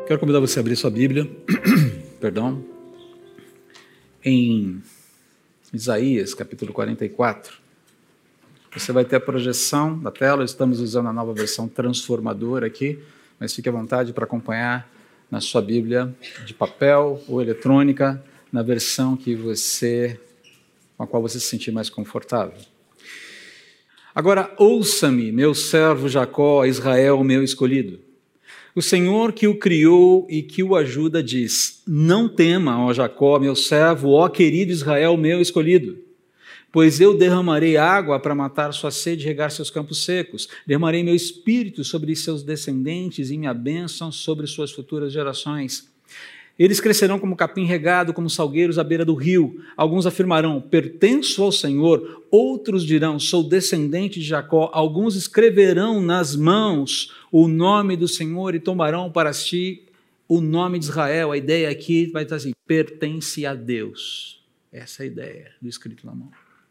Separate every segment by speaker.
Speaker 1: Quero convidar você a abrir sua Bíblia, perdão, em Isaías, capítulo 44. Você vai ter a projeção da tela, estamos usando a nova versão transformadora aqui, mas fique à vontade para acompanhar na sua Bíblia de papel ou eletrônica, na versão com a qual você se sentir mais confortável. Agora, ouça-me, meu servo Jacó, Israel, meu escolhido. O Senhor que o criou e que o ajuda diz: não tema, ó Jacó, meu servo, ó querido Israel, meu escolhido. Pois eu derramarei água para matar sua sede e regar seus campos secos. Derramarei meu espírito sobre seus descendentes e minha bênção sobre suas futuras gerações. Eles crescerão como capim regado, como salgueiros à beira do rio. Alguns afirmarão: pertenço ao Senhor. Outros dirão: sou descendente de Jacó. Alguns escreverão nas mãos o nome do Senhor e tomarão para si o nome de Israel. A ideia aqui vai estar assim: pertence a Deus. Essa é a ideia do escrito na mão.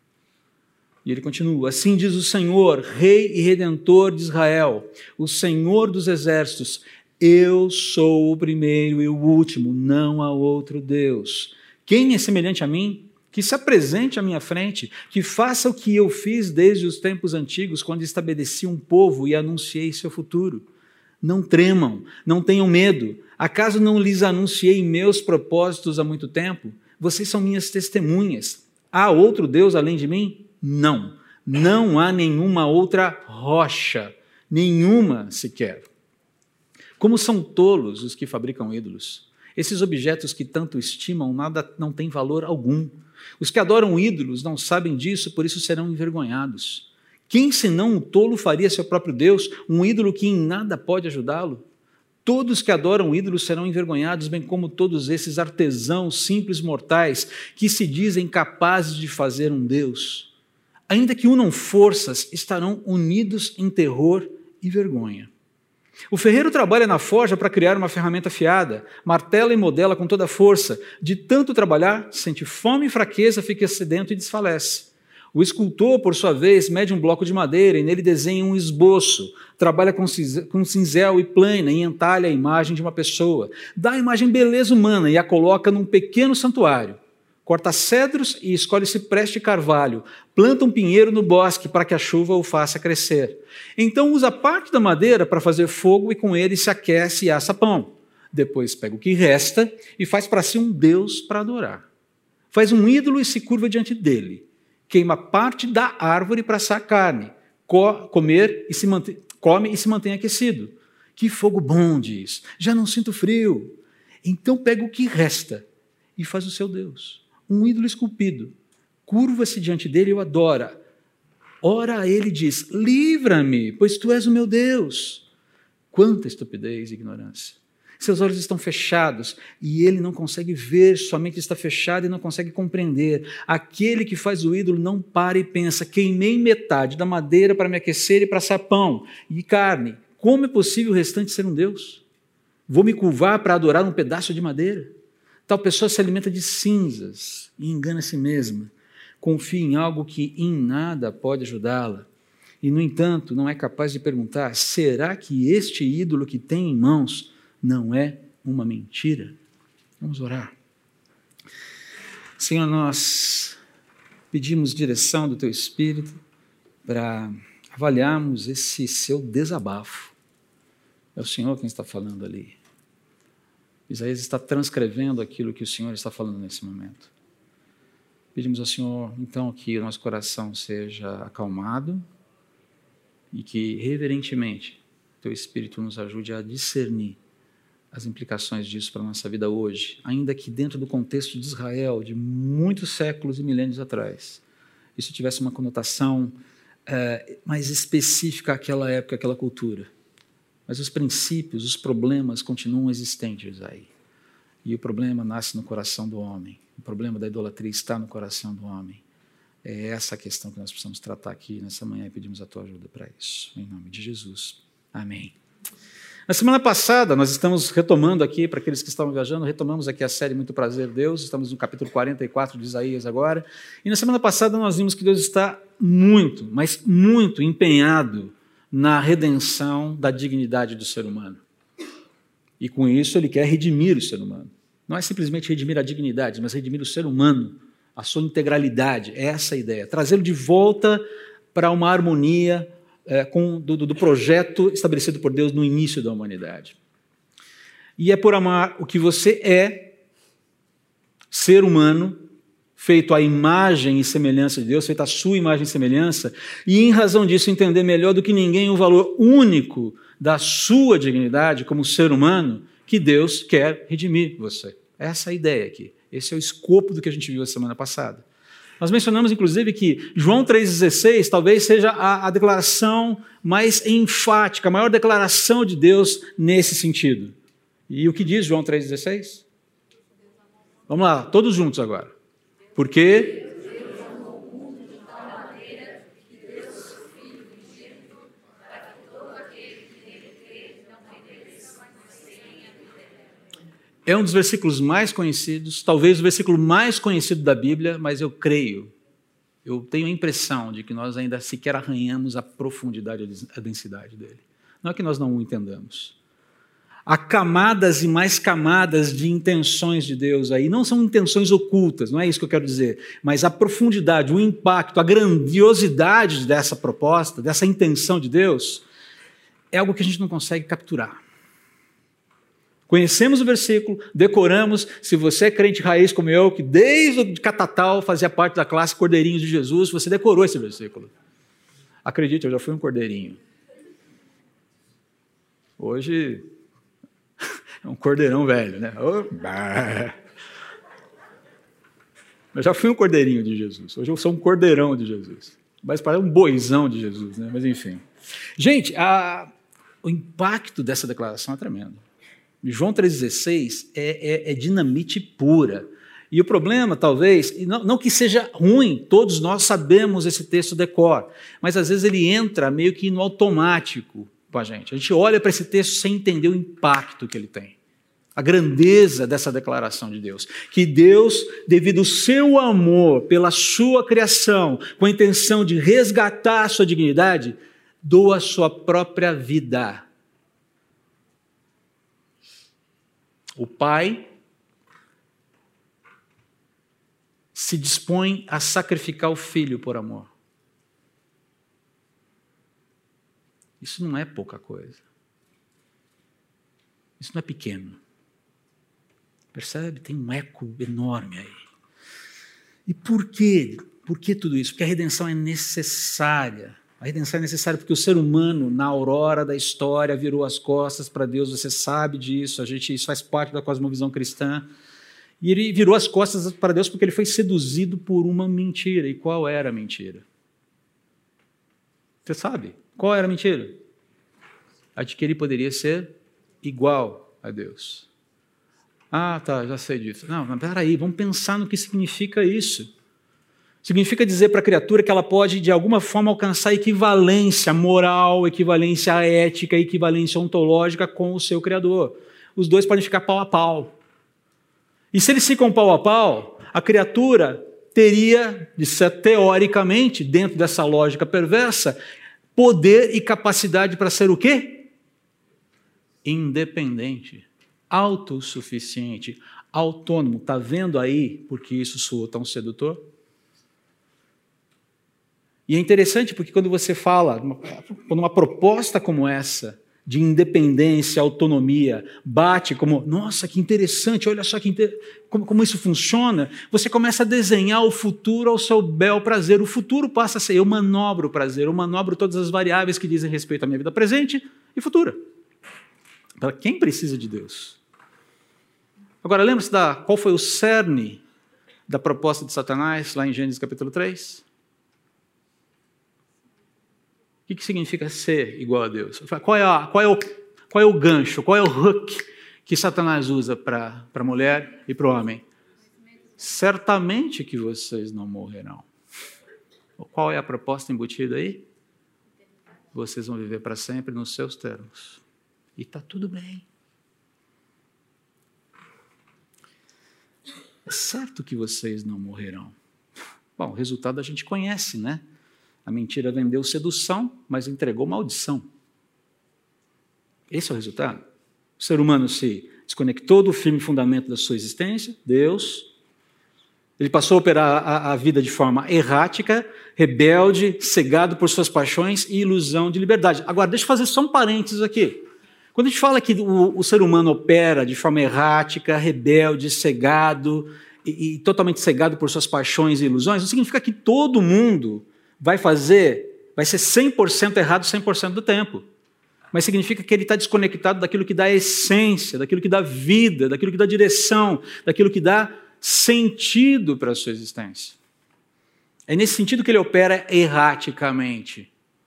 Speaker 1: E ele continua: assim diz o Senhor, Rei e Redentor de Israel, o Senhor dos exércitos: eu sou o primeiro e o último, não há outro Deus. Quem é semelhante a mim? Que se apresente à minha frente, que faça o que eu fiz desde os tempos antigos, quando estabeleci um povo e anunciei seu futuro. Não tremam, não tenham medo. Acaso não lhes anunciei meus propósitos há muito tempo? Vocês são minhas testemunhas. Há outro Deus além de mim? Não. Não há nenhuma outra rocha, nenhuma sequer. Como são tolos os que fabricam ídolos. Esses objetos que tanto estimam não têm valor algum. Os que adoram ídolos não sabem disso, por isso serão envergonhados. Quem senão um tolo faria seu próprio Deus, um ídolo que em nada pode ajudá-lo? Todos que adoram ídolos serão envergonhados, bem como todos esses artesãos simples mortais que se dizem capazes de fazer um Deus. Ainda que unam forças, estarão unidos em terror e vergonha. O ferreiro trabalha na forja para criar uma ferramenta afiada, martela e modela com toda a força. De tanto trabalhar, sente fome e fraqueza, fica sedento e desfalece. O escultor, por sua vez, mede um bloco de madeira e nele desenha um esboço. Trabalha com cinzel e plana e entalha a imagem de uma pessoa. Dá à imagem beleza humana e a coloca num pequeno santuário. Corta cedros e escolhe cipreste e carvalho. Planta um pinheiro no bosque para que a chuva o faça crescer. Então usa parte da madeira para fazer fogo e com ele se aquece e assa pão. Depois pega o que resta e faz para si um Deus para adorar. Faz um ídolo e se curva diante dele. Queima parte da árvore para assar carne. Come e se mantém aquecido. Que fogo bom, diz. Já não sinto frio. Então pega o que resta e faz o seu Deus. Um ídolo esculpido, curva-se diante dele e o adora. Ora a ele diz: livra-me, pois tu és o meu Deus. Quanta estupidez e ignorância. Seus olhos estão fechados e ele não consegue ver, sua mente está fechada e não consegue compreender. Aquele que faz o ídolo não para e pensa: queimei metade da madeira para me aquecer e para assar pão e carne. Como é possível o restante ser um Deus? Vou me curvar para adorar um pedaço de madeira? Tal pessoa se alimenta de cinzas e engana a si mesma. Confia em algo que em nada pode ajudá-la. E, no entanto, não é capaz de perguntar: será que este ídolo que tem em mãos não é uma mentira? Vamos orar. Senhor, nós pedimos direção do Teu Espírito para avaliarmos esse seu desabafo. É o Senhor quem está falando ali. Isaías está transcrevendo aquilo que o Senhor está falando nesse momento. Pedimos ao Senhor, então, que o nosso coração seja acalmado e que, reverentemente, Teu Espírito nos ajude a discernir as implicações disso para a nossa vida hoje, ainda que dentro do contexto de Israel, de muitos séculos e milênios atrás, isso tivesse uma conotação mais específica àquela época, àquela cultura. Mas os princípios, os problemas continuam existentes aí. E o problema nasce no coração do homem. O problema da idolatria está no coração do homem. É essa a questão que nós precisamos tratar aqui nessa manhã e pedimos a tua ajuda para isso. Em nome de Jesus. Amém. Na semana passada, nós estamos retomando aqui, para aqueles que estavam viajando, retomamos aqui a série Muito Prazer, Deus. Estamos no capítulo 44 de Isaías agora. E na semana passada nós vimos que Deus está muito, mas muito empenhado na redenção da dignidade do ser humano. E com isso ele quer redimir o ser humano. Não é simplesmente redimir a dignidade, mas redimir o ser humano, a sua integralidade. É essa a ideia. Trazê-lo de volta para uma harmonia do projeto estabelecido por Deus no início da humanidade. E é por amar o que você é, ser humano, feito à imagem e semelhança de Deus, feito à sua imagem e semelhança, e em razão disso entender melhor do que ninguém o valor único da sua dignidade como ser humano, que Deus quer redimir você. Essa é a ideia aqui. Esse é o escopo do que a gente viu a semana passada. Nós mencionamos, inclusive, que João 3,16 talvez seja a declaração mais enfática, a maior declaração de Deus nesse sentido. E o que diz João 3,16? Vamos lá, todos juntos agora. Porque Deus amou o mundo de tal maneira que deu seu Filho unigênito para que todo aquele que nele crê não pereça, mas tenha vida eterna. É um dos versículos mais conhecidos, talvez o versículo mais conhecido da Bíblia, mas eu tenho a impressão de que nós ainda sequer arranhamos a profundidade, a densidade dele. Não é que nós não o entendamos. Há camadas e mais camadas de intenções de Deus aí. Não são intenções ocultas, não é isso que eu quero dizer. Mas a profundidade, o impacto, a grandiosidade dessa proposta, dessa intenção de Deus, é algo que a gente não consegue capturar. Conhecemos o versículo, decoramos. Se você é crente raiz como eu, que desde o catatal fazia parte da classe Cordeirinhos de Jesus, você decorou esse versículo. Acredite, eu já fui um cordeirinho. Hoje é um cordeirão velho, né? Eu já fui um cordeirinho de Jesus. Hoje eu sou um cordeirão de Jesus. Mas parece um boizão de Jesus, né? Mas enfim. Gente, o impacto dessa declaração é tremendo. João 3,16 é dinamite pura. E o problema, talvez, não que seja ruim, todos nós sabemos esse texto de cor, mas às vezes ele entra meio que no automático com a gente. A gente olha para esse texto sem entender o impacto que ele tem. A grandeza dessa declaração de Deus. Que Deus, devido ao seu amor pela sua criação, com a intenção de resgatar a sua dignidade, doa a sua própria vida. O Pai se dispõe a sacrificar o Filho por amor. Isso não é pouca coisa. Isso não é pequeno. Percebe? Tem um eco enorme aí. E por quê? Por que tudo isso? Porque a redenção é necessária. A redenção é necessária porque o ser humano, na aurora da história, virou as costas para Deus. Você sabe disso. Isso faz parte da cosmovisão cristã. E ele virou as costas para Deus porque ele foi seduzido por uma mentira. E qual era a mentira? Você sabe? Qual era a mentira? A de que ele poderia ser igual a Deus. Ah, tá, já sei disso. Não, mas peraí, vamos pensar no que significa isso. Significa dizer para a criatura que ela pode, de alguma forma, alcançar equivalência moral, equivalência ética, equivalência ontológica com o seu Criador. Os dois podem ficar pau a pau. E se eles ficam pau a pau, a criatura teria, teoricamente, dentro dessa lógica perversa, poder e capacidade para ser o quê? Independente, autossuficiente, autônomo. Está vendo aí porque isso soa tão sedutor? E é interessante porque quando você fala, quando uma proposta como essa, de independência, autonomia, bate como, nossa, que interessante, olha só como isso funciona, você começa a desenhar o futuro ao seu bel prazer. O futuro passa a ser, eu manobro o prazer, eu manobro todas as variáveis que dizem respeito à minha vida presente e futura. Para quem precisa de Deus? Agora, lembra-se qual foi o cerne da proposta de Satanás, lá em Gênesis capítulo 3? O que significa ser igual a Deus? Qual é o gancho, qual é o hook que Satanás usa para a mulher e para o homem? Certamente que vocês não morrerão. Qual é a proposta embutida aí? Vocês vão viver para sempre nos seus termos. E está tudo bem. É certo que vocês não morrerão. Bom, o resultado a gente conhece, né? A mentira vendeu sedução, mas entregou maldição. Esse é o resultado. O ser humano se desconectou do firme fundamento da sua existência, Deus. Ele passou a operar a vida de forma errática, rebelde, cegado por suas paixões e ilusão de liberdade. Agora, deixa eu fazer só um parênteses aqui. Quando a gente fala que o ser humano opera de forma errática, rebelde, cegado e totalmente cegado por suas paixões e ilusões, não significa que todo mundo vai ser 100% errado 100% do tempo. Mas significa que ele está desconectado daquilo que dá essência, daquilo que dá vida, daquilo que dá direção, daquilo que dá sentido para a sua existência. É nesse sentido que ele opera erraticamente.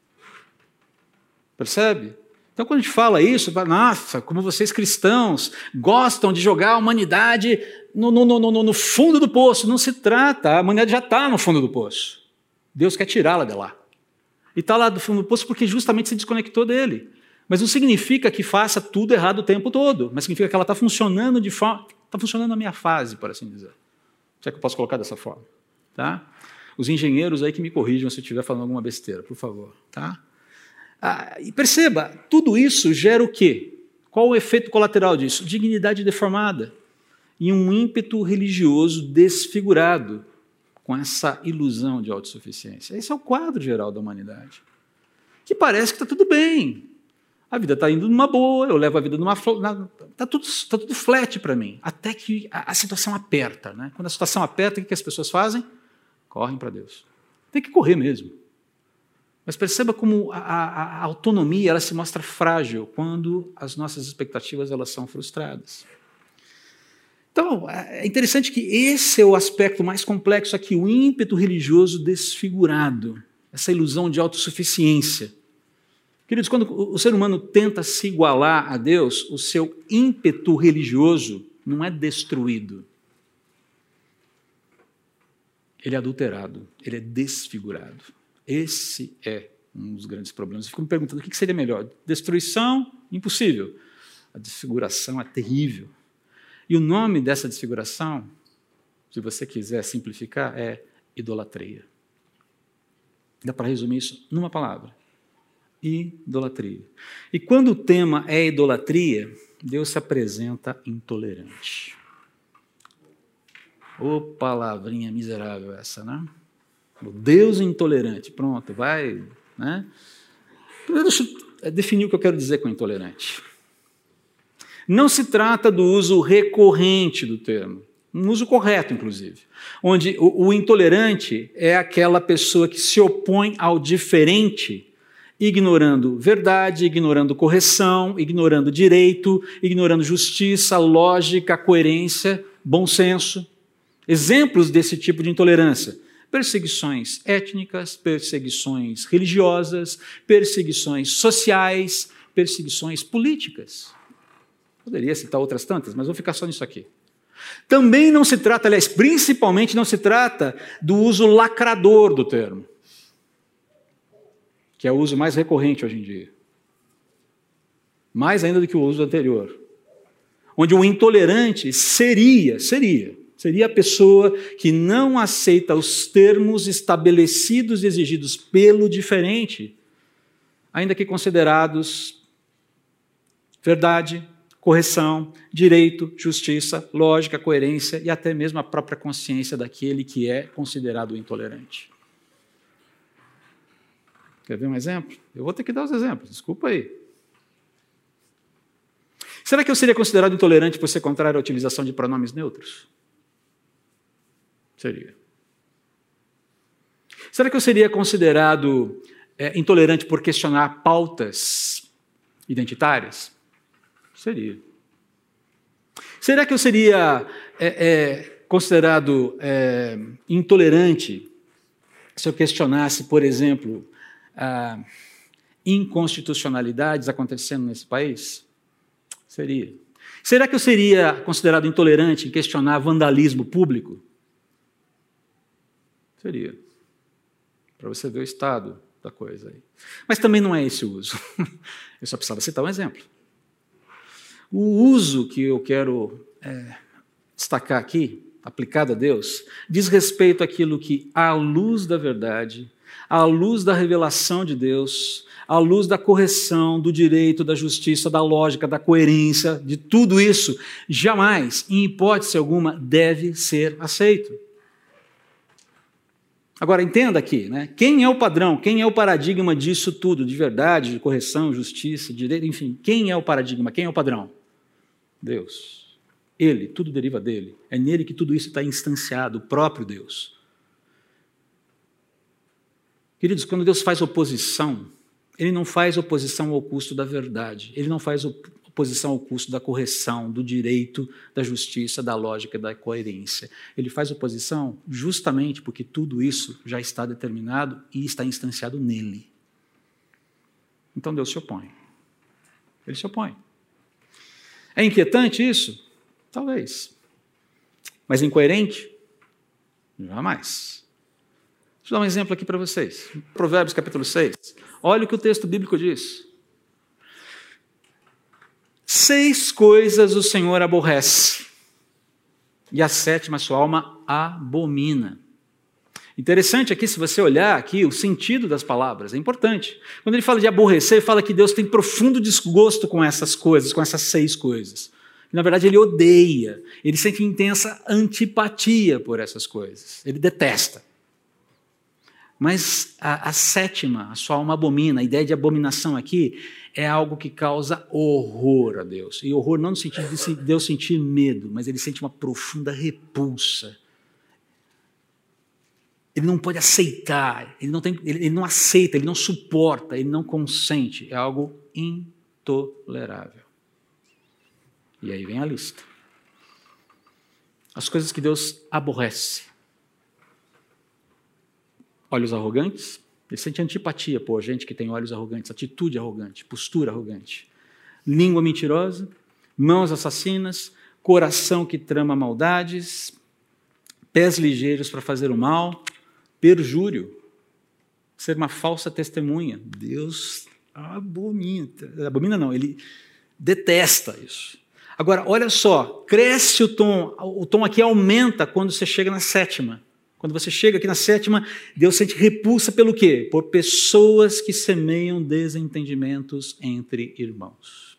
Speaker 1: Percebe? Então, quando a gente fala isso, nossa, como vocês cristãos gostam de jogar a humanidade no fundo do poço. Não se trata, a humanidade já está no fundo do poço. Deus quer tirá-la de lá. E está lá do fundo do poço porque justamente se desconectou dele. Mas não significa que faça tudo errado o tempo todo, mas significa que ela está funcionando de forma... Está funcionando na minha fase, por assim dizer. Se é que eu posso colocar dessa forma. Tá? Os engenheiros aí que me corrijam se eu estiver falando alguma besteira, por favor. Tá? E perceba, tudo isso gera o quê? Qual o efeito colateral disso? Dignidade deformada e um ímpeto religioso desfigurado com essa ilusão de autossuficiência. Esse é o quadro geral da humanidade. Que parece que está tudo bem. A vida está indo numa boa, eu levo a vida numa... Está tudo flat para mim, até que a situação aperta. Né? Quando a situação aperta, o que as pessoas fazem? Correm para Deus. Tem que correr mesmo. Mas perceba como a autonomia ela se mostra frágil quando as nossas expectativas elas são frustradas. Então, é interessante que esse é o aspecto mais complexo aqui, o ímpeto religioso desfigurado, essa ilusão de autossuficiência. Queridos, quando o ser humano tenta se igualar a Deus, o seu ímpeto religioso não é destruído. Ele é adulterado, ele é desfigurado. Esse é um dos grandes problemas. Eu fico me perguntando o que seria melhor. Destruição? Impossível. A desfiguração é terrível. E o nome dessa desfiguração, se você quiser simplificar, é idolatria. Dá para resumir isso numa palavra. Idolatria. E quando o tema é idolatria, Deus se apresenta intolerante. Ô palavrinha miserável essa, né? O Deus intolerante. Pronto, vai. Né? Deixa eu definir o que eu quero dizer com intolerante. Não se trata do uso recorrente do termo, um uso correto, inclusive, onde o intolerante é aquela pessoa que se opõe ao diferente, ignorando verdade, ignorando correção, ignorando direito, ignorando justiça, lógica, coerência, bom senso. Exemplos desse tipo de intolerância: perseguições étnicas, perseguições religiosas, perseguições sociais, perseguições políticas. Poderia citar outras tantas, mas vou ficar só nisso aqui. Também não se trata, aliás, principalmente não se trata do uso lacrador do termo, que é o uso mais recorrente hoje em dia. Mais ainda do que o uso anterior. Onde o intolerante seria a pessoa que não aceita os termos estabelecidos e exigidos pelo diferente, ainda que considerados verdade, correção, direito, justiça, lógica, coerência e até mesmo a própria consciência daquele que é considerado intolerante. Quer ver um exemplo? Eu vou ter que dar os exemplos, desculpa aí. Será que eu seria considerado intolerante por ser contrário à utilização de pronomes neutros? Seria. Será que eu seria considerado intolerante por questionar pautas identitárias? Seria. Será que eu seria considerado intolerante se eu questionasse, por exemplo, inconstitucionalidades acontecendo nesse país? Seria. Será que eu seria considerado intolerante em questionar vandalismo público? Seria. Para você ver o estado da coisa aí. Mas também não é esse o uso. Eu só precisava citar um exemplo. O uso que eu quero destacar aqui, aplicado a Deus, diz respeito àquilo que, à luz da verdade, à luz da revelação de Deus, à luz da correção, do direito, da justiça, da lógica, da coerência, de tudo isso, jamais, em hipótese alguma, deve ser aceito. Agora, entenda aqui, né? Quem é o padrão, quem é o paradigma disso tudo, de verdade, de correção, justiça, direito, enfim, quem é o paradigma, quem é o padrão? Deus. Ele, tudo deriva dele. É nele que tudo isso está instanciado, o próprio Deus. Queridos, quando Deus faz oposição, Ele não faz oposição ao custo da verdade, Ele não faz oposição ao custo da correção, do direito, da justiça, da lógica, da coerência. Ele faz oposição justamente porque tudo isso já está determinado e está instanciado nele. Então Deus se opõe. Ele se opõe. É inquietante isso? Talvez. Mas incoerente? Jamais. Deixa eu dar um exemplo aqui para vocês. Provérbios capítulo 6. Olha o que o texto bíblico diz. 6 coisas o Senhor aborrece, e a 7ª sua alma abomina. Interessante aqui, se você olhar aqui, o sentido das palavras é importante. Quando ele fala de aborrecer, ele fala que Deus tem profundo desgosto com essas coisas, com essas 6 coisas. Na verdade, ele odeia, ele sente intensa antipatia por essas coisas, ele detesta. Mas a 7ª, a sua alma abomina. A ideia de abominação aqui é algo que causa horror a Deus. E horror não no sentido de Deus sentir medo, mas ele sente uma profunda repulsa. Ele não pode aceitar, ele não aceita, ele não suporta, ele não consente. É algo intolerável. E aí vem a lista. As coisas que Deus aborrece. Olhos arrogantes, ele sente antipatia por gente que tem olhos arrogantes, atitude arrogante, postura arrogante. Língua mentirosa, mãos assassinas, coração que trama maldades, pés ligeiros para fazer o mal, perjúrio, ser uma falsa testemunha. Deus abomina. Abomina não, ele detesta isso. Agora, olha só, cresce o tom aqui aumenta quando você chega na 7ª. Quando você chega aqui na 7ª, Deus sente repulsa pelo quê? Por pessoas que semeiam desentendimentos entre irmãos.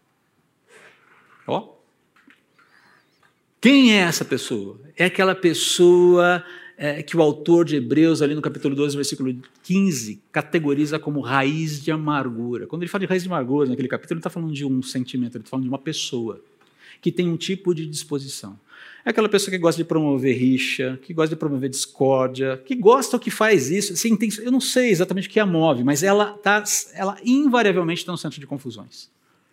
Speaker 1: Ó. Quem é essa pessoa? É aquela pessoa que o autor de Hebreus, ali no capítulo 12, versículo 15, categoriza como raiz de amargura. Quando ele fala de raiz de amargura, naquele capítulo, ele não está falando de um sentimento, ele está falando de uma pessoa que tem um tipo de disposição. É aquela pessoa que gosta de promover rixa, que gosta de promover discórdia, que gosta ou que faz isso. Assim, eu não sei exatamente o que a move, mas ela invariavelmente está no centro de confusões.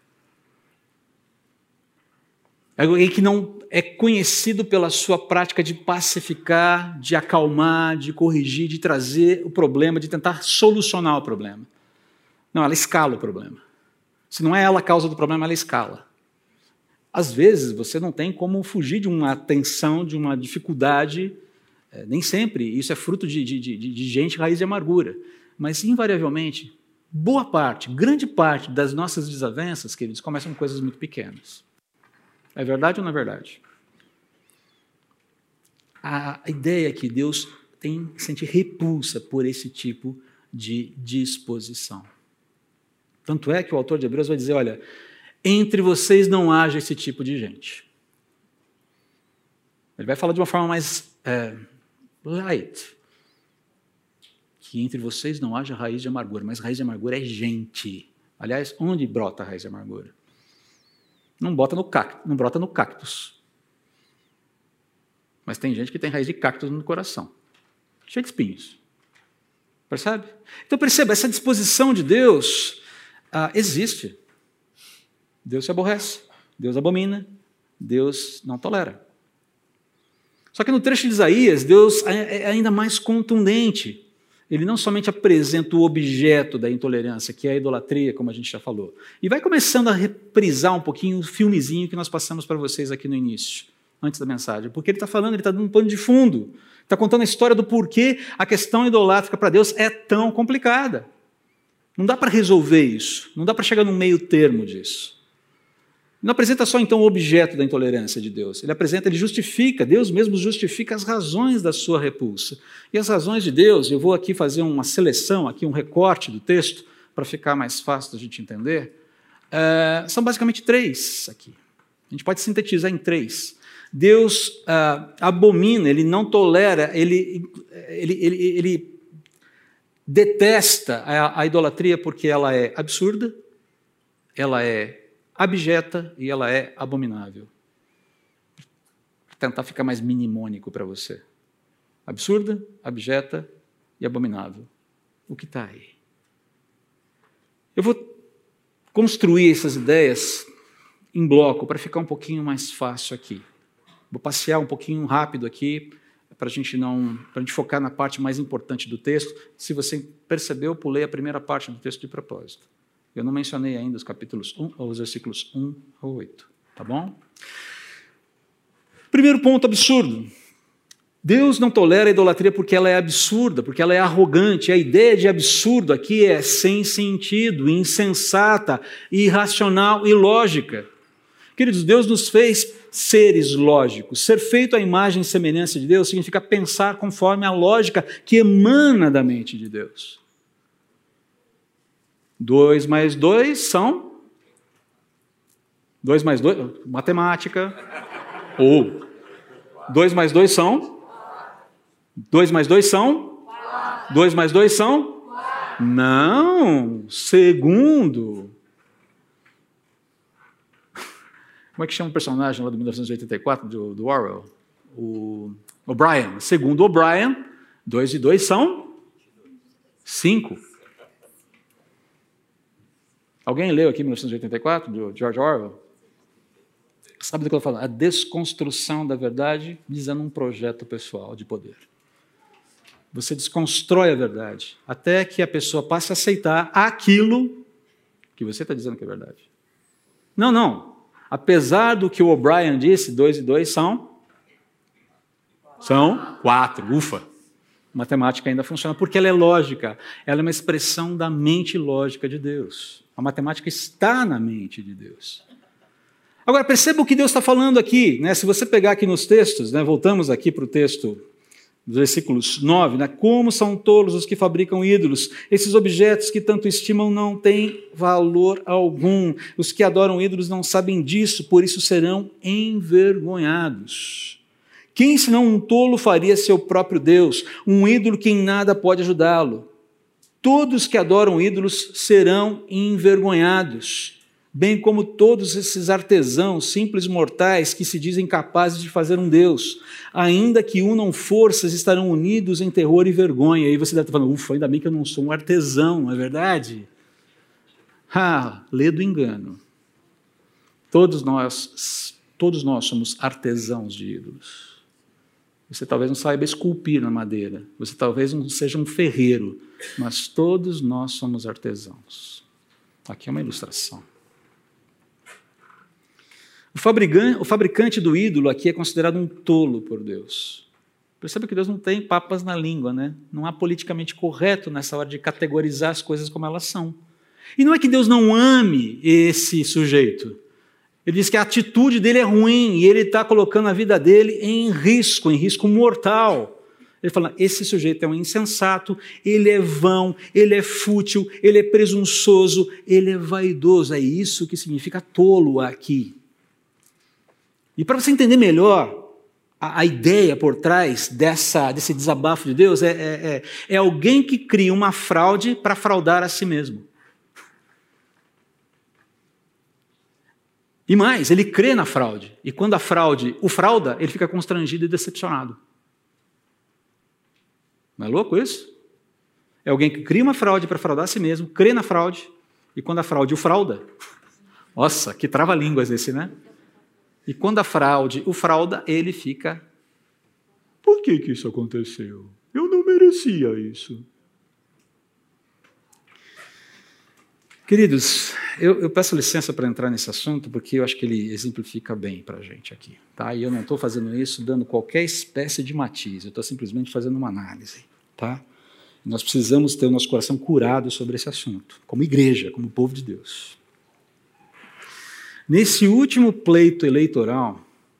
Speaker 1: É alguém que não é conhecido pela sua prática de pacificar, de acalmar, de corrigir, de trazer o problema, de tentar solucionar o problema. Não, ela escala o problema. Se não é ela a causa do problema, ela escala. Às vezes, você não tem como fugir de uma tensão, de uma dificuldade, nem sempre. Isso é fruto de gente raiz de amargura. Mas, invariavelmente, boa parte, grande parte das nossas desavenças, queridos, começam com coisas muito pequenas. É verdade ou não é verdade? A ideia é que Deus sente repulsa por esse tipo de disposição. Tanto é que o autor de Hebreus vai dizer, olha, entre vocês não haja esse tipo de gente. Ele vai falar de uma forma mais light. Que entre vocês não haja raiz de amargura, mas raiz de amargura é gente. Aliás, onde brota a raiz de amargura? Não brota no cactus. Mas tem gente que tem raiz de cactus no coração. Cheio de espinhos. Percebe? Então perceba, essa disposição de Deus existe. Deus se aborrece, Deus abomina, Deus não tolera. Só que no trecho de Isaías, Deus é ainda mais contundente. Ele não somente apresenta o objeto da intolerância, que é a idolatria, como a gente já falou, e vai começando a reprisar um pouquinho o filmezinho que nós passamos para vocês aqui no início, antes da mensagem, porque ele está falando, ele está dando um pano de fundo, está contando a história do porquê a questão idolátrica para Deus é tão complicada. Não dá para resolver isso, não dá para chegar no meio termo disso. Não apresenta só, então, o objeto da intolerância de Deus. Ele justifica, Deus mesmo justifica as razões da sua repulsa. E as razões de Deus, eu vou aqui fazer uma seleção, aqui um recorte do texto, para ficar mais fácil da gente entender, são basicamente 3 aqui. A gente pode sintetizar em 3. Deus abomina, ele não tolera, ele detesta a idolatria porque ela é absurda, ela é abjeta e ela é abominável. Vou tentar ficar mais mnemônico para você. Absurda, abjeta e abominável. O que está aí? Eu vou construir essas ideias em bloco para ficar um pouquinho mais fácil aqui. Vou passear um pouquinho rápido aqui para a gente focar na parte mais importante do texto. Se você percebeu, eu pulei a primeira parte do texto de propósito. Eu não mencionei ainda os versículos 1 a 8, tá bom? Primeiro ponto absurdo. Deus não tolera a idolatria porque ela é absurda, porque ela é arrogante. A ideia de absurdo aqui é sem sentido, insensata, irracional e ilógica. Queridos, Deus nos fez seres lógicos. Ser feito à imagem e semelhança de Deus significa pensar conforme a lógica que emana da mente de Deus. 2 mais 2 são... 2 mais 2... Matemática. Ou 2 mais 2 são... 2 mais 2 são? 2 mais 2 são? Não, segundo. Como é que chama o personagem lá de 1984, do Orwell? O O'Brien. Segundo O'Brien, 2 e 2 são 5. Alguém leu aqui 1984, do George Orwell? Sabe do que eu falo? A desconstrução da verdade visando um projeto pessoal de poder. Você desconstrói a verdade até que a pessoa passe a aceitar aquilo que você está dizendo que é verdade. Não. Apesar do que o O'Brien disse, 2 e 2 são 4. Ufa! Matemática ainda funciona porque ela é lógica. Ela é uma expressão da mente lógica de Deus. A matemática está na mente de Deus. Agora, perceba o que Deus está falando aqui. Né? Se você pegar aqui nos textos, né? Voltamos aqui para o texto dos versículos 9, né? Como são tolos os que fabricam ídolos. Esses objetos que tanto estimam não têm valor algum. Os que adoram ídolos não sabem disso, por isso serão envergonhados. Quem senão um tolo faria seu próprio Deus, um ídolo que em nada pode ajudá-lo? Todos que adoram ídolos serão envergonhados, bem como todos esses artesãos simples mortais que se dizem capazes de fazer um Deus. Ainda que unam forças, estarão unidos em terror e vergonha. E você deve estar falando, ufa, ainda bem que eu não sou um artesão, não é verdade? Lê do engano. Todos nós somos artesãos de ídolos. Você talvez não saiba esculpir na madeira, você talvez não seja um ferreiro, mas todos nós somos artesãos. Aqui é uma ilustração. O fabricante do ídolo aqui é considerado um tolo por Deus. Perceba que Deus não tem papas na língua, né? Não há politicamente correto nessa hora de categorizar as coisas como elas são. E não é que Deus não ame esse sujeito. Ele diz que a atitude dele é ruim e ele está colocando a vida dele em risco mortal. Ele fala, esse sujeito é um insensato, ele é vão, ele é fútil, ele é presunçoso, ele é vaidoso. É isso que significa tolo aqui. E para você entender melhor a ideia por trás desse desabafo de Deus, é alguém que cria uma fraude para fraudar a si mesmo. E mais, ele crê na fraude. E quando a fraude o frauda, ele fica constrangido e decepcionado. Não é louco isso? É alguém que cria uma fraude para fraudar a si mesmo, crê na fraude, e quando a fraude o frauda, nossa, que trava-línguas esse, né? E quando a fraude o frauda, ele fica, por que isso aconteceu? Eu não merecia isso. Queridos, eu peço licença para entrar nesse assunto, porque eu acho que ele exemplifica bem para a gente aqui. Tá? E eu não estou fazendo isso dando qualquer espécie de matiz, eu estou simplesmente fazendo uma análise. Tá? Nós precisamos ter o nosso coração curado sobre esse assunto, como igreja, como povo de Deus. Nesse último pleito eleitoral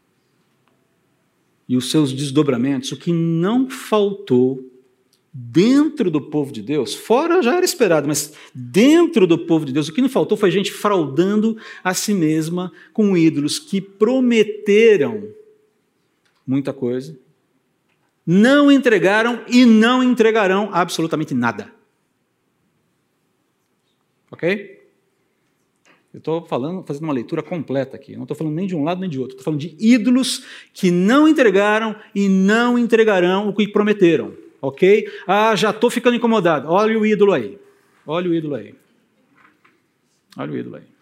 Speaker 1: e os seus desdobramentos, o que não faltou dentro do povo de Deus, fora já era esperado, mas dentro do povo de Deus, o que não faltou foi gente fraudando a si mesma com ídolos que prometeram muita coisa, não entregaram e não entregarão absolutamente nada. Ok? Eu estou fazendo uma leitura completa aqui. Eu não estou falando nem de um lado nem de outro. Estou falando de ídolos que não entregaram e não entregarão o que prometeram. Ok? Ah, já estou ficando incomodado. Olha o ídolo aí. Olha o ídolo aí. Olha o ídolo aí.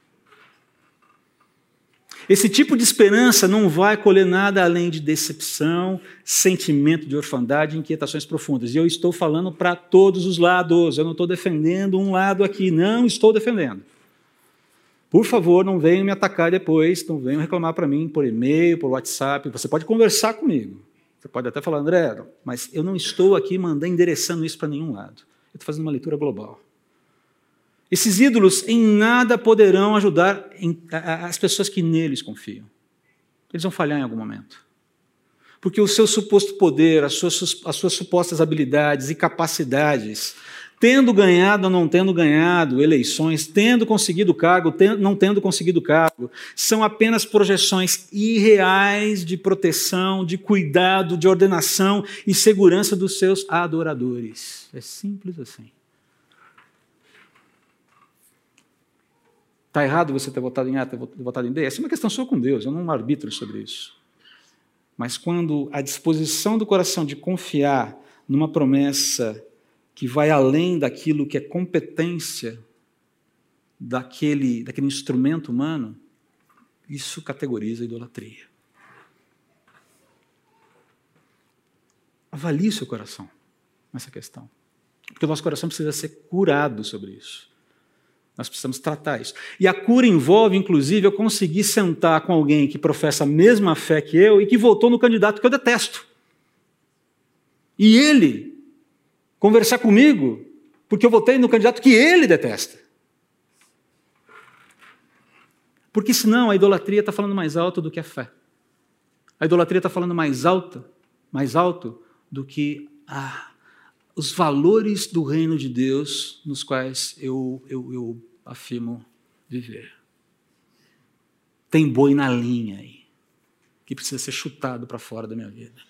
Speaker 1: Esse tipo de esperança não vai colher nada além de decepção, sentimento de orfandade e inquietações profundas. E eu estou falando para todos os lados. Eu não estou defendendo um lado aqui. Não estou defendendo. Por favor, não venham me atacar depois, não venham reclamar para mim por e-mail, por WhatsApp. Você pode conversar comigo. Você pode até falar, André, mas eu não estou aqui endereçando isso para nenhum lado. Eu estou fazendo uma leitura global. Esses ídolos em nada poderão ajudar as pessoas que neles confiam. Eles vão falhar em algum momento. Porque o seu suposto poder, as suas supostas habilidades e capacidades, tendo ganhado ou não tendo ganhado eleições, tendo conseguido cargo, não tendo conseguido cargo, são apenas projeções irreais de proteção, de cuidado, de ordenação e segurança dos seus adoradores. É simples assim. Está errado você ter votado em A, ter votado em B? Essa é uma questão sua com Deus, eu não arbitro sobre isso. Mas quando a disposição do coração de confiar numa promessa que vai além daquilo que é competência daquele instrumento humano, isso categoriza a idolatria. Avalie o seu coração nessa questão. Porque o nosso coração precisa ser curado sobre isso. Nós precisamos tratar isso. E a cura envolve, inclusive, eu conseguir sentar com alguém que professa a mesma fé que eu e que votou no candidato que eu detesto. E ele conversar comigo porque eu votei no candidato que ele detesta. Porque senão a idolatria está falando mais alto do que a fé. A idolatria está falando mais alto do que os valores do reino de Deus nos quais eu afirmo viver. Tem boi na linha aí, que precisa ser chutado para fora da minha vida.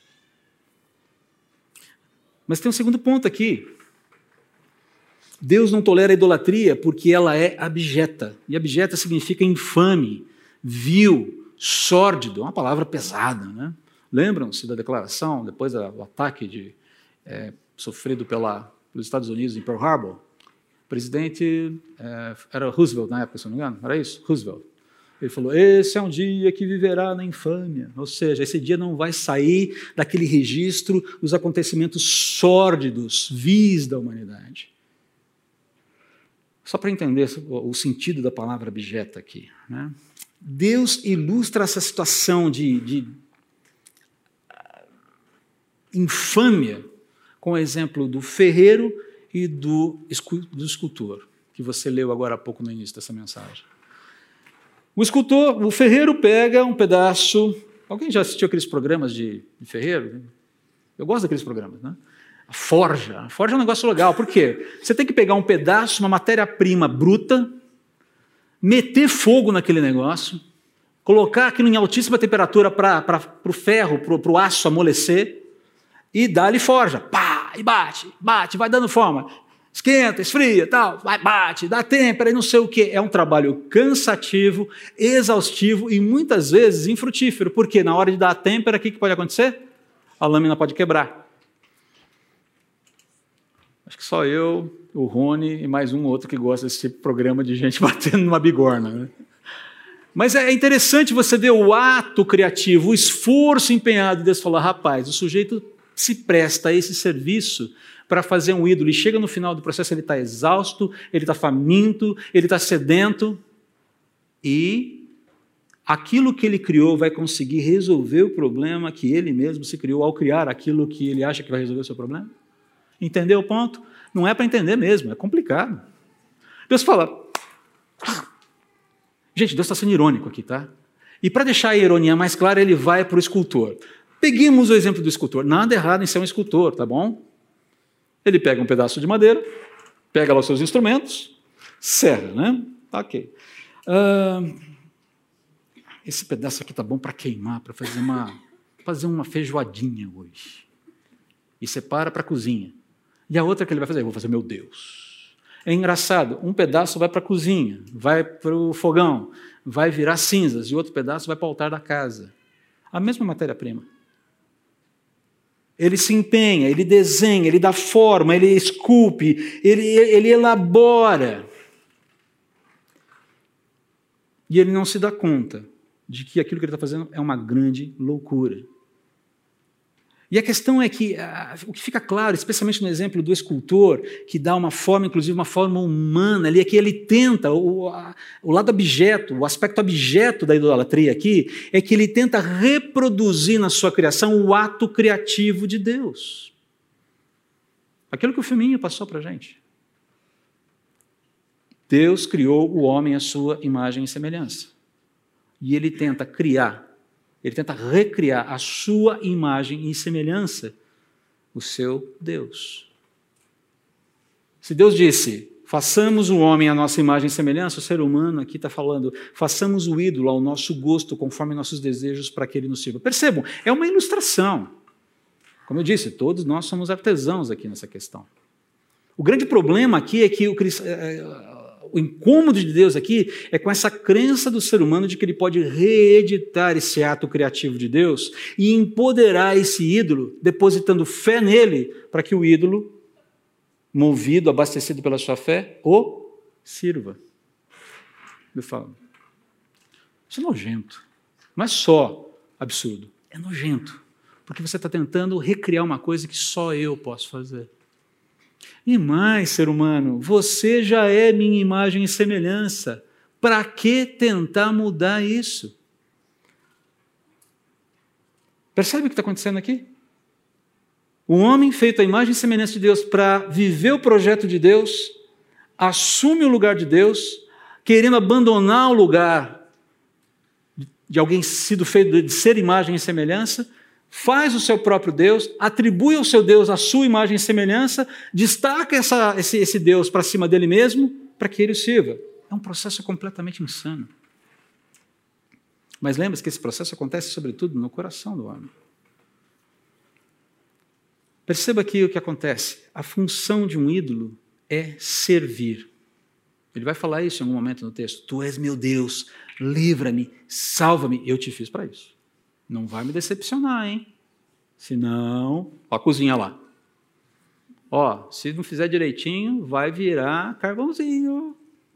Speaker 1: Mas tem um segundo ponto aqui. Deus não tolera a idolatria porque ela é abjeta. E abjeta significa infame, vil, sórdido. É uma palavra pesada, né? Lembram-se da declaração, depois do ataque sofrido pelos Estados Unidos em Pearl Harbor? O presidente era Roosevelt na época, se não me engano. Era isso? Roosevelt. Ele falou, esse é um dia que viverá na infâmia. Ou seja, esse dia não vai sair daquele registro dos acontecimentos sórdidos, vis da humanidade. Só para entender o sentido da palavra abjeta aqui, né? Deus ilustra essa situação de infâmia com o exemplo do ferreiro e do escultor, que você leu agora há pouco no início dessa mensagem. O ferreiro pega um pedaço... Alguém já assistiu aqueles programas de ferreiro? Eu gosto daqueles programas, né? A forja é um negócio legal. Por quê? Você tem que pegar um pedaço, uma matéria-prima bruta, meter fogo naquele negócio, colocar aquilo em altíssima temperatura para o ferro, para o aço amolecer, e dá-lhe forja. Pá! E bate, vai dando forma. Esquenta, esfria, tal, vai, bate, dá têmpera e não sei o quê. É um trabalho cansativo, exaustivo e muitas vezes infrutífero. Porque na hora de dar a têmpera, o que pode acontecer? A lâmina pode quebrar. Acho que só eu, o Rony e mais um outro que gosta desse tipo de programa de gente batendo numa bigorna, né? Mas é interessante você ver o ato criativo, o esforço empenhado. Deus falou, rapaz, o sujeito se presta a esse serviço para fazer um ídolo, e chega no final do processo, ele está exausto, ele está faminto, ele está sedento, e aquilo que ele criou vai conseguir resolver o problema que ele mesmo se criou ao criar aquilo que ele acha que vai resolver o seu problema? Entendeu o ponto? Não é para entender mesmo, é complicado. Deus fala, Gente, Deus está sendo irônico aqui, tá? E para deixar a ironia mais clara, ele vai para o escultor. Peguemos o exemplo do escultor. Nada errado em ser um escultor, tá bom? Ele pega um pedaço de madeira, pega lá os seus instrumentos, serra, né? Ok. Esse pedaço aqui tá bom para queimar, para fazer uma feijoadinha hoje. E separa para a cozinha. E a outra que ele vai fazer, eu vou fazer, meu Deus. É engraçado, um pedaço vai para a cozinha, vai para o fogão, vai virar cinzas, e outro pedaço vai para o altar da casa. A mesma matéria-prima. Ele se empenha, ele desenha, ele dá forma, ele esculpe, ele elabora. E ele não se dá conta de que aquilo que ele está fazendo é uma grande loucura. E a questão é que, o que fica claro, especialmente no exemplo do escultor, que dá uma forma, inclusive uma forma humana ali, é que ele tenta, o lado abjeto, o aspecto abjeto da idolatria aqui, é que ele tenta reproduzir na sua criação o ato criativo de Deus. Aquilo que o filminho passou para a gente. Deus criou o homem à sua imagem e semelhança. E ele tenta criar, ele tenta recriar a sua imagem e semelhança, o seu Deus. Se Deus disse, façamos o homem à nossa imagem e semelhança, o ser humano aqui está falando, façamos o ídolo ao nosso gosto, conforme nossos desejos, para que ele nos sirva. Percebam, é uma ilustração. Como eu disse, todos nós somos artesãos aqui nessa questão. O grande problema aqui é que o incômodo de Deus aqui é com essa crença do ser humano de que ele pode reeditar esse ato criativo de Deus e empoderar esse ídolo, depositando fé nele, para que o ídolo, movido, abastecido pela sua fé, o sirva. Eu falo, isso é nojento. Não é só absurdo, é nojento. Porque você está tentando recriar uma coisa que só eu posso fazer. E mais, ser humano, você já é minha imagem e semelhança. Para que tentar mudar isso? Percebe o que está acontecendo aqui? O homem feito à imagem e semelhança de Deus para viver o projeto de Deus, assume o lugar de Deus, querendo abandonar o lugar de alguém sido feito de ser imagem e semelhança, faz o seu próprio Deus, atribui ao seu Deus a sua imagem e semelhança, destaca esse Deus para cima dele mesmo, para que ele o sirva. É um processo completamente insano. Mas lembre-se que esse processo acontece, sobretudo, no coração do homem. Perceba aqui o que acontece. A função de um ídolo é servir. Ele vai falar isso em algum momento no texto. Tu és meu Deus, livra-me, salva-me. Eu te fiz para isso. Não vai me decepcionar, hein? Senão, ó, a cozinha lá. Ó, se não fizer direitinho, vai virar carvãozinho.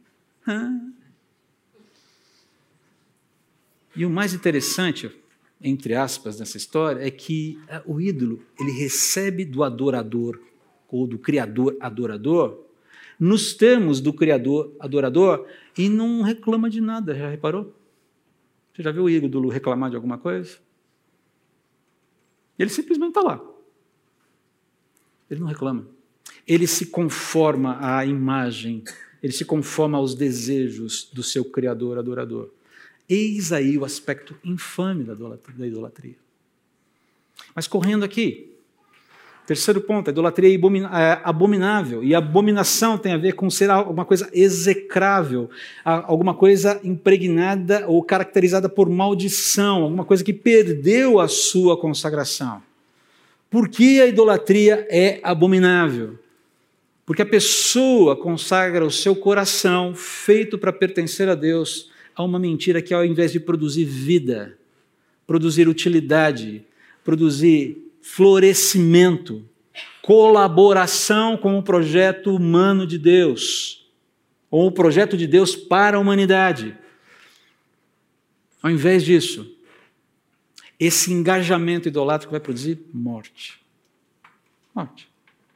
Speaker 1: E o mais interessante, entre aspas, nessa história, é que o ídolo, ele recebe do adorador, ou do criador adorador, nos termos do criador adorador, e não reclama de nada, já reparou? Você já viu o ídolo reclamar de alguma coisa? Ele simplesmente está lá. Ele não reclama. Ele se conforma à imagem, ele se conforma aos desejos do seu criador adorador. Eis aí o aspecto infame da idolatria. Mas correndo aqui, terceiro ponto, a idolatria é abominável, e abominação tem a ver com ser alguma coisa execrável, alguma coisa impregnada ou caracterizada por maldição, alguma coisa que perdeu a sua consagração. Por que a idolatria é abominável? Porque a pessoa consagra o seu coração, feito para pertencer a Deus, a uma mentira que, ao invés de produzir vida, produzir utilidade, produzir florescimento, colaboração com o projeto humano de Deus, ou o projeto de Deus para a humanidade. Ao invés disso, esse engajamento idolátrico vai produzir morte. Morte.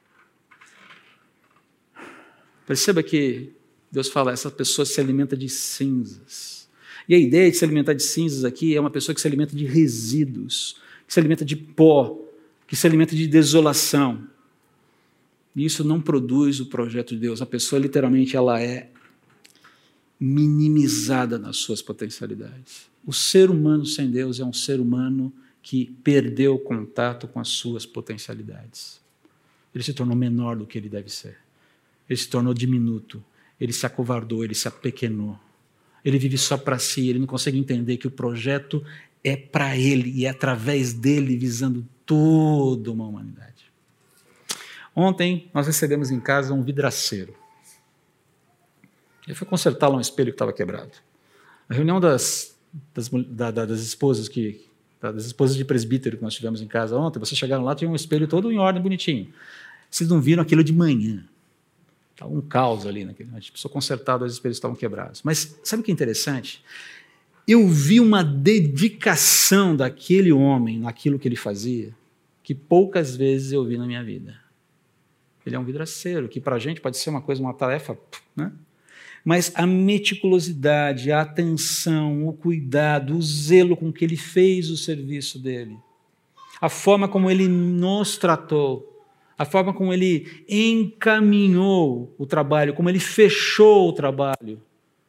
Speaker 1: Perceba que Deus fala, essa pessoa se alimenta de cinzas. E a ideia de se alimentar de cinzas aqui é uma pessoa que se alimenta de resíduos, que se alimenta de pó, que se alimenta de desolação. E isso não produz o projeto de Deus. A pessoa, literalmente, ela é minimizada nas suas potencialidades. O ser humano sem Deus é um ser humano que perdeu o contato com as suas potencialidades. Ele se tornou menor do que ele deve ser. Ele se tornou diminuto. Ele se acovardou, ele se apequenou. Ele vive só para si, ele não consegue entender que o projeto é para ele e é através dele, visando toda uma humanidade. Ontem nós recebemos em casa um vidraceiro. Ele foi consertar lá um espelho que estava quebrado. A reunião das esposas de presbítero que nós tivemos em casa ontem, vocês chegaram lá, tinha um espelho todo em ordem, bonitinho. Vocês não viram aquilo de manhã. Estava um caos ali, a gente precisou consertar, os espelhos estavam quebrados. Mas sabe o que é interessante? Eu vi uma dedicação daquele homem naquilo que ele fazia, que poucas vezes eu vi na minha vida. Ele é um vidraceiro, que para a gente pode ser uma tarefa, né? Mas a meticulosidade, a atenção, o cuidado, o zelo com que ele fez o serviço dele, a forma como ele nos tratou, a forma como ele encaminhou o trabalho, como ele fechou o trabalho,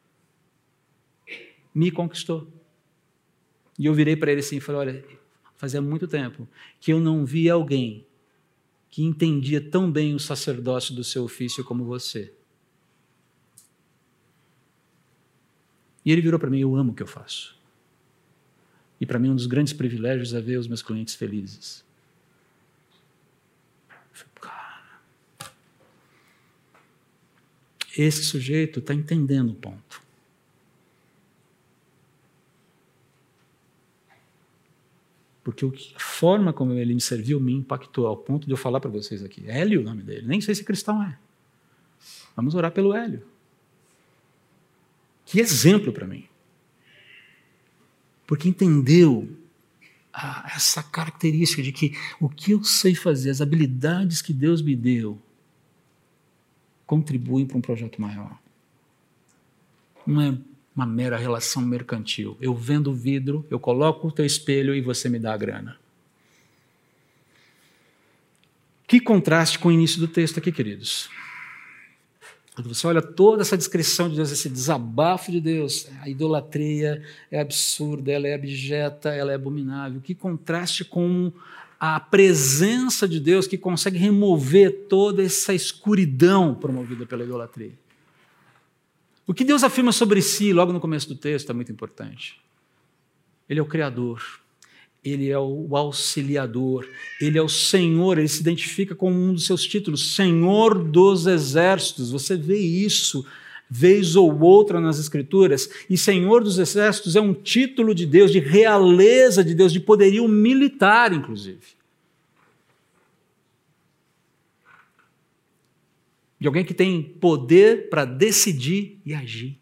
Speaker 1: me conquistou. E eu virei para ele assim e falei, olha, fazia muito tempo que eu não via alguém que entendia tão bem o sacerdócio do seu ofício como você. E ele virou para mim, eu amo o que eu faço. E para mim um dos grandes privilégios é ver os meus clientes felizes. Eu falei, cara, esse sujeito está entendendo o ponto. Porque a forma como ele me serviu me impactou, ao ponto de eu falar para vocês aqui. Hélio o nome dele, nem sei se cristão é. Vamos orar pelo Hélio. Que exemplo para mim. Porque entendeu essa característica de que o que eu sei fazer, as habilidades que Deus me deu, contribuem para um projeto maior. Não é uma mera relação mercantil. Eu vendo o vidro, eu coloco o teu espelho e você me dá a grana. Que contraste com o início do texto aqui, queridos. Quando você olha toda essa descrição de Deus, esse desabafo de Deus, a idolatria é absurda, ela é abjeta, ela é abominável. Que contraste com a presença de Deus que consegue remover toda essa escuridão promovida pela idolatria. O que Deus afirma sobre si, logo no começo do texto, é muito importante. Ele é o Criador, Ele é o auxiliador, Ele é o Senhor, Ele se identifica com um dos seus títulos, Senhor dos Exércitos. Você vê isso vez ou outra nas Escrituras, e Senhor dos Exércitos é um título de Deus, de realeza de Deus, de poderio militar, inclusive. De alguém que tem poder para decidir e agir.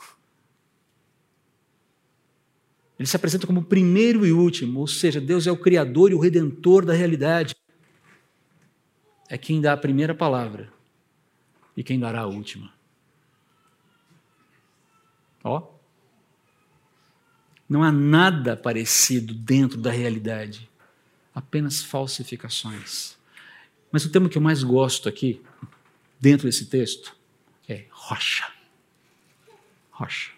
Speaker 1: Ele se apresenta como o primeiro e último, ou seja, Deus é o Criador e o Redentor da realidade. É quem dá a primeira palavra e quem dará a última. Ó, não há nada parecido dentro da realidade, apenas falsificações. Mas o termo que eu mais gosto aqui, dentro desse texto, é rocha. Rocha.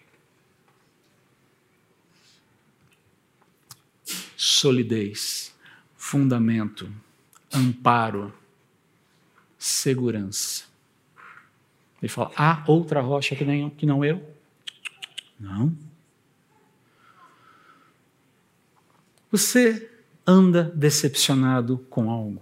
Speaker 1: Solidez, fundamento, amparo, segurança. Ele fala, há outra rocha que não eu? Não. Você anda decepcionado com algo?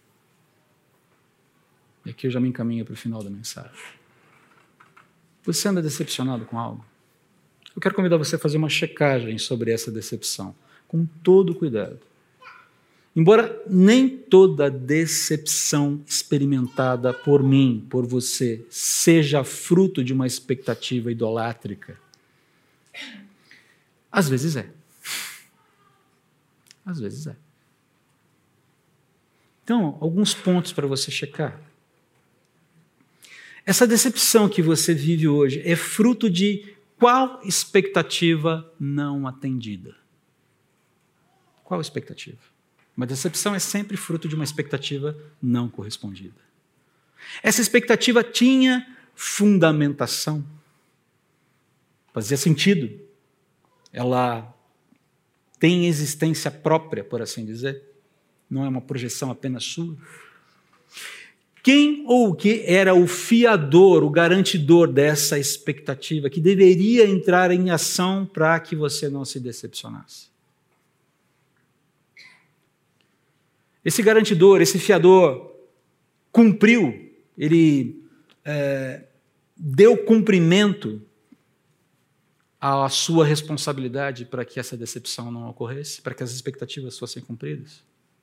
Speaker 1: E aqui eu já me encaminho para o final da mensagem. Você anda decepcionado com algo? Eu quero convidar você a fazer uma checagem sobre essa decepção, com todo cuidado. Embora nem toda decepção experimentada por mim, por você, seja fruto de uma expectativa idolátrica, às vezes é. Às vezes é. Então, alguns pontos para você checar. Essa decepção que você vive hoje é fruto de qual expectativa não atendida? Qual expectativa? Uma decepção é sempre fruto de uma expectativa não correspondida. Essa expectativa tinha fundamentação. fazia sentido. Ela tem existência própria, por assim dizer. Não é uma projeção apenas sua. Quem ou o que era o fiador, o garantidor dessa expectativa, que deveria entrar em ação para que você não se decepcionasse? Esse garantidor, esse fiador, cumpriu, ele deu cumprimento à sua responsabilidade para que essa decepção não ocorresse, para que as expectativas fossem cumpridas?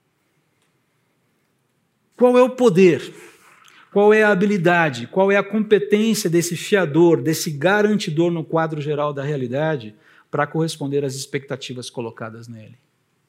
Speaker 1: Qual é o poder? Qual é a habilidade? Qual é a competência desse fiador, desse garantidor no quadro geral da realidade para corresponder às expectativas colocadas nele?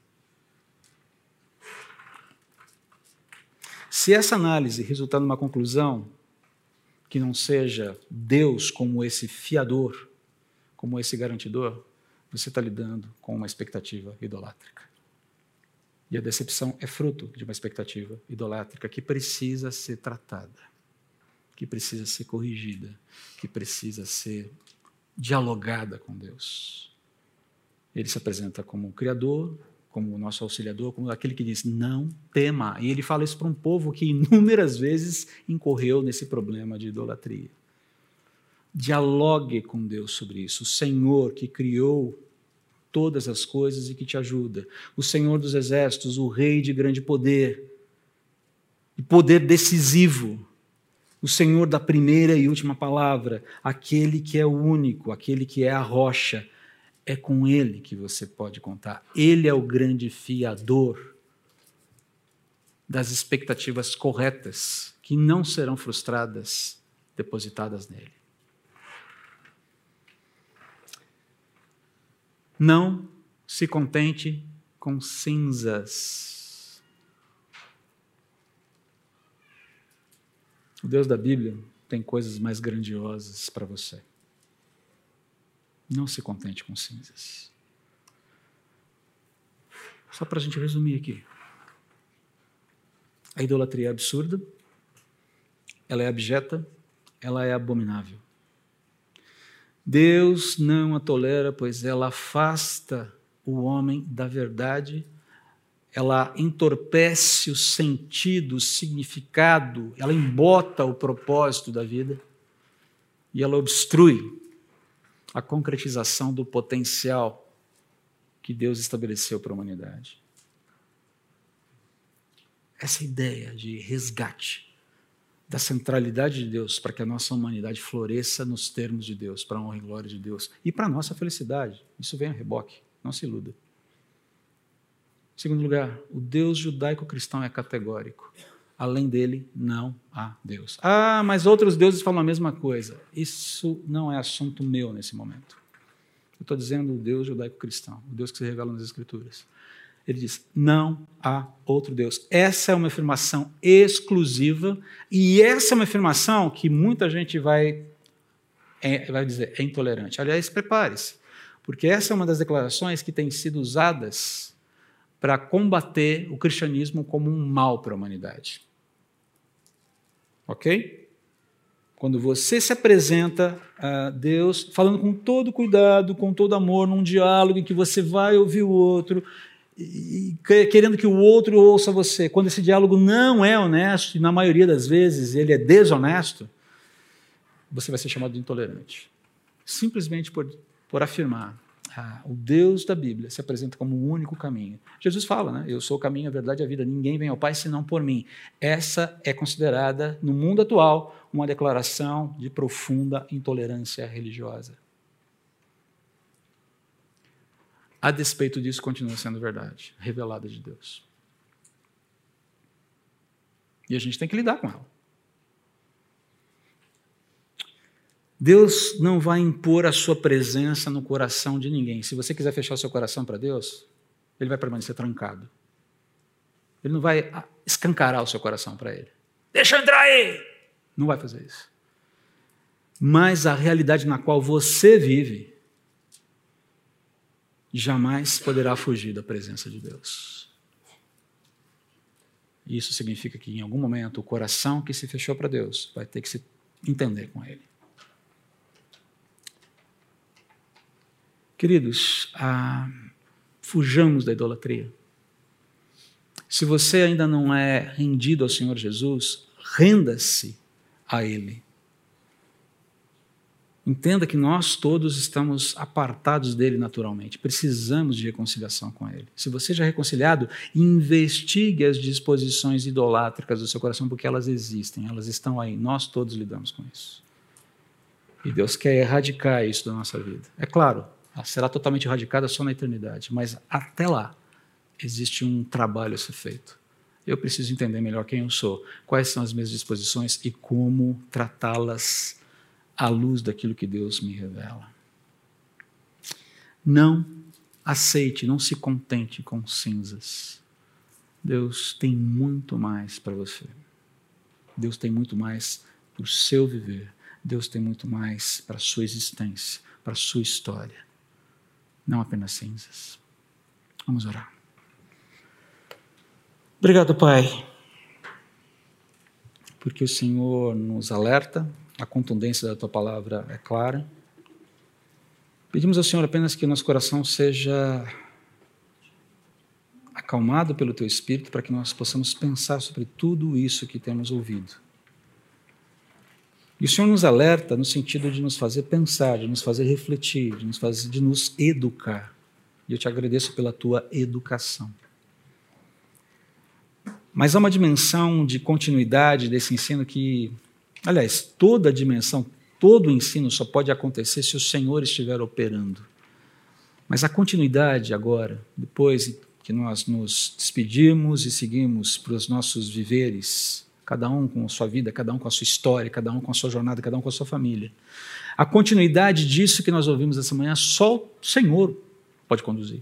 Speaker 1: Se essa análise resultar numa conclusão que não seja Deus como esse fiador, como esse garantidor, você está lidando com uma expectativa idolátrica. E a decepção é fruto de uma expectativa idolátrica que precisa ser tratada, que precisa ser corrigida, que precisa ser dialogada com Deus. Ele se apresenta como o Criador, como o nosso auxiliador, como aquele que diz, não tema. E ele fala isso para um povo que inúmeras vezes incorreu nesse problema de idolatria. Dialogue com Deus sobre isso. O Senhor que criou todas as coisas e que te ajuda. O Senhor dos exércitos, o Rei de grande poder, e poder decisivo. O Senhor da primeira e última palavra, aquele que é o único, aquele que é a rocha. É com Ele que você pode contar. Ele é o grande fiador das expectativas corretas, que não serão frustradas, depositadas nele. Não se contente com cinzas. O Deus da Bíblia tem coisas mais grandiosas para você. Não se contente com cinzas. Só para a gente resumir aqui. A idolatria é absurda, ela é abjeta, ela é abominável. Deus não a tolera, pois ela afasta o homem da verdade, ela entorpece o sentido, o significado, ela embota o propósito da vida e ela obstrui a concretização do potencial que Deus estabeleceu para a humanidade. Essa ideia de resgate da centralidade de Deus para que a nossa humanidade floresça nos termos de Deus, para a honra e glória de Deus e para a nossa felicidade. Isso vem a reboque, não se iluda. Em segundo lugar, o Deus judaico-cristão é categórico. Além dele, não há Deus. Ah, mas outros deuses falam a mesma coisa. Isso não é assunto meu nesse momento. Eu estou dizendo o Deus judaico-cristão, o Deus que se revela nas Escrituras. Ele diz, não há outro Deus. Essa é uma afirmação exclusiva e essa é uma afirmação que muita gente vai dizer, é intolerante. Aliás, prepare-se, porque essa é uma das declarações que tem sido usadas para combater o cristianismo como um mal para a humanidade. Ok? Quando você se apresenta a Deus, falando com todo cuidado, com todo amor, num diálogo em que você vai ouvir o outro, e querendo que o outro ouça você, quando esse diálogo não é honesto, e na maioria das vezes ele é desonesto, você vai ser chamado de intolerante. Simplesmente por afirmar, o Deus da Bíblia se apresenta como o único caminho. Jesus fala, né? Eu sou o caminho, a verdade e a vida, ninguém vem ao Pai senão por mim. Essa é considerada, no mundo atual, uma declaração de profunda intolerância religiosa. A despeito disso, continua sendo verdade, revelada de Deus. E a gente tem que lidar com ela. Deus não vai impor a sua presença no coração de ninguém. Se você quiser fechar o seu coração para Deus, ele vai permanecer trancado. Ele não vai escancarar o seu coração para ele. Deixa eu entrar aí! Não vai fazer isso. Mas a realidade na qual você vive jamais poderá fugir da presença de Deus. Isso significa que, em algum momento, o coração que se fechou para Deus vai ter que se entender com Ele. Queridos, fujamos da idolatria. Se você ainda não é rendido ao Senhor Jesus, renda-se a Ele. Entenda que nós todos estamos apartados dele naturalmente, precisamos de reconciliação com ele. Se você já é reconciliado, investigue as disposições idolátricas do seu coração, porque elas existem, elas estão aí, nós todos lidamos com isso. E Deus quer erradicar isso da nossa vida. É claro, ela será totalmente erradicada só na eternidade, mas até lá existe um trabalho a ser feito. Eu preciso entender melhor quem eu sou, quais são as minhas disposições e como tratá-las à luz daquilo que Deus me revela. Não aceite, não se contente com cinzas. Deus tem muito mais para você. Deus tem muito mais para o seu viver. Deus tem muito mais para a sua existência, para a sua história. Não apenas cinzas. Vamos orar. Obrigado, Pai, porque o Senhor nos alerta, a contundência da Tua palavra é clara. Pedimos ao Senhor apenas que o nosso coração seja acalmado pelo Teu Espírito, para que nós possamos pensar sobre tudo isso que temos ouvido. E o Senhor nos alerta no sentido de nos fazer pensar, de nos fazer refletir, de nos educar. E eu te agradeço pela Tua educação. Mas há uma dimensão de continuidade desse ensino que, aliás, toda a dimensão, todo o ensino só pode acontecer se o Senhor estiver operando. Mas a continuidade agora, depois que nós nos despedimos e seguimos para os nossos viveres, cada um com a sua vida, cada um com a sua história, cada um com a sua jornada, cada um com a sua família. A continuidade disso que nós ouvimos essa manhã, só o Senhor pode conduzir.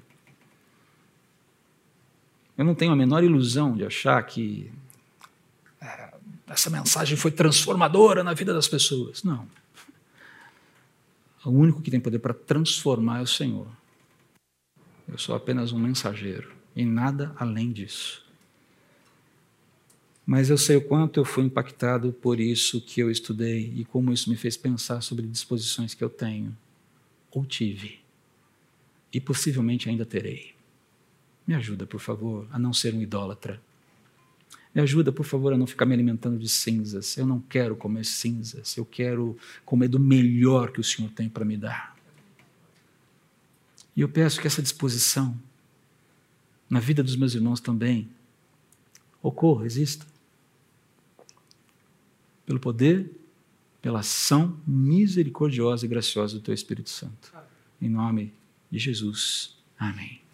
Speaker 1: Eu não tenho a menor ilusão de achar que essa mensagem foi transformadora na vida das pessoas. Não. O único que tem poder para transformar é o Senhor. Eu sou apenas um mensageiro e nada além disso. Mas eu sei o quanto eu fui impactado por isso que eu estudei e como isso me fez pensar sobre disposições que eu tenho ou tive e possivelmente ainda terei. Me ajuda, por favor, a não ser um idólatra. Me ajuda, por favor, a não ficar me alimentando de cinzas. Eu não quero comer cinzas. Eu quero comer do melhor que o Senhor tem para me dar. E eu peço que essa disposição, na vida dos meus irmãos também, ocorra, exista. Pelo poder, pela ação misericordiosa e graciosa do Teu Espírito Santo. Em nome de Jesus. Amém.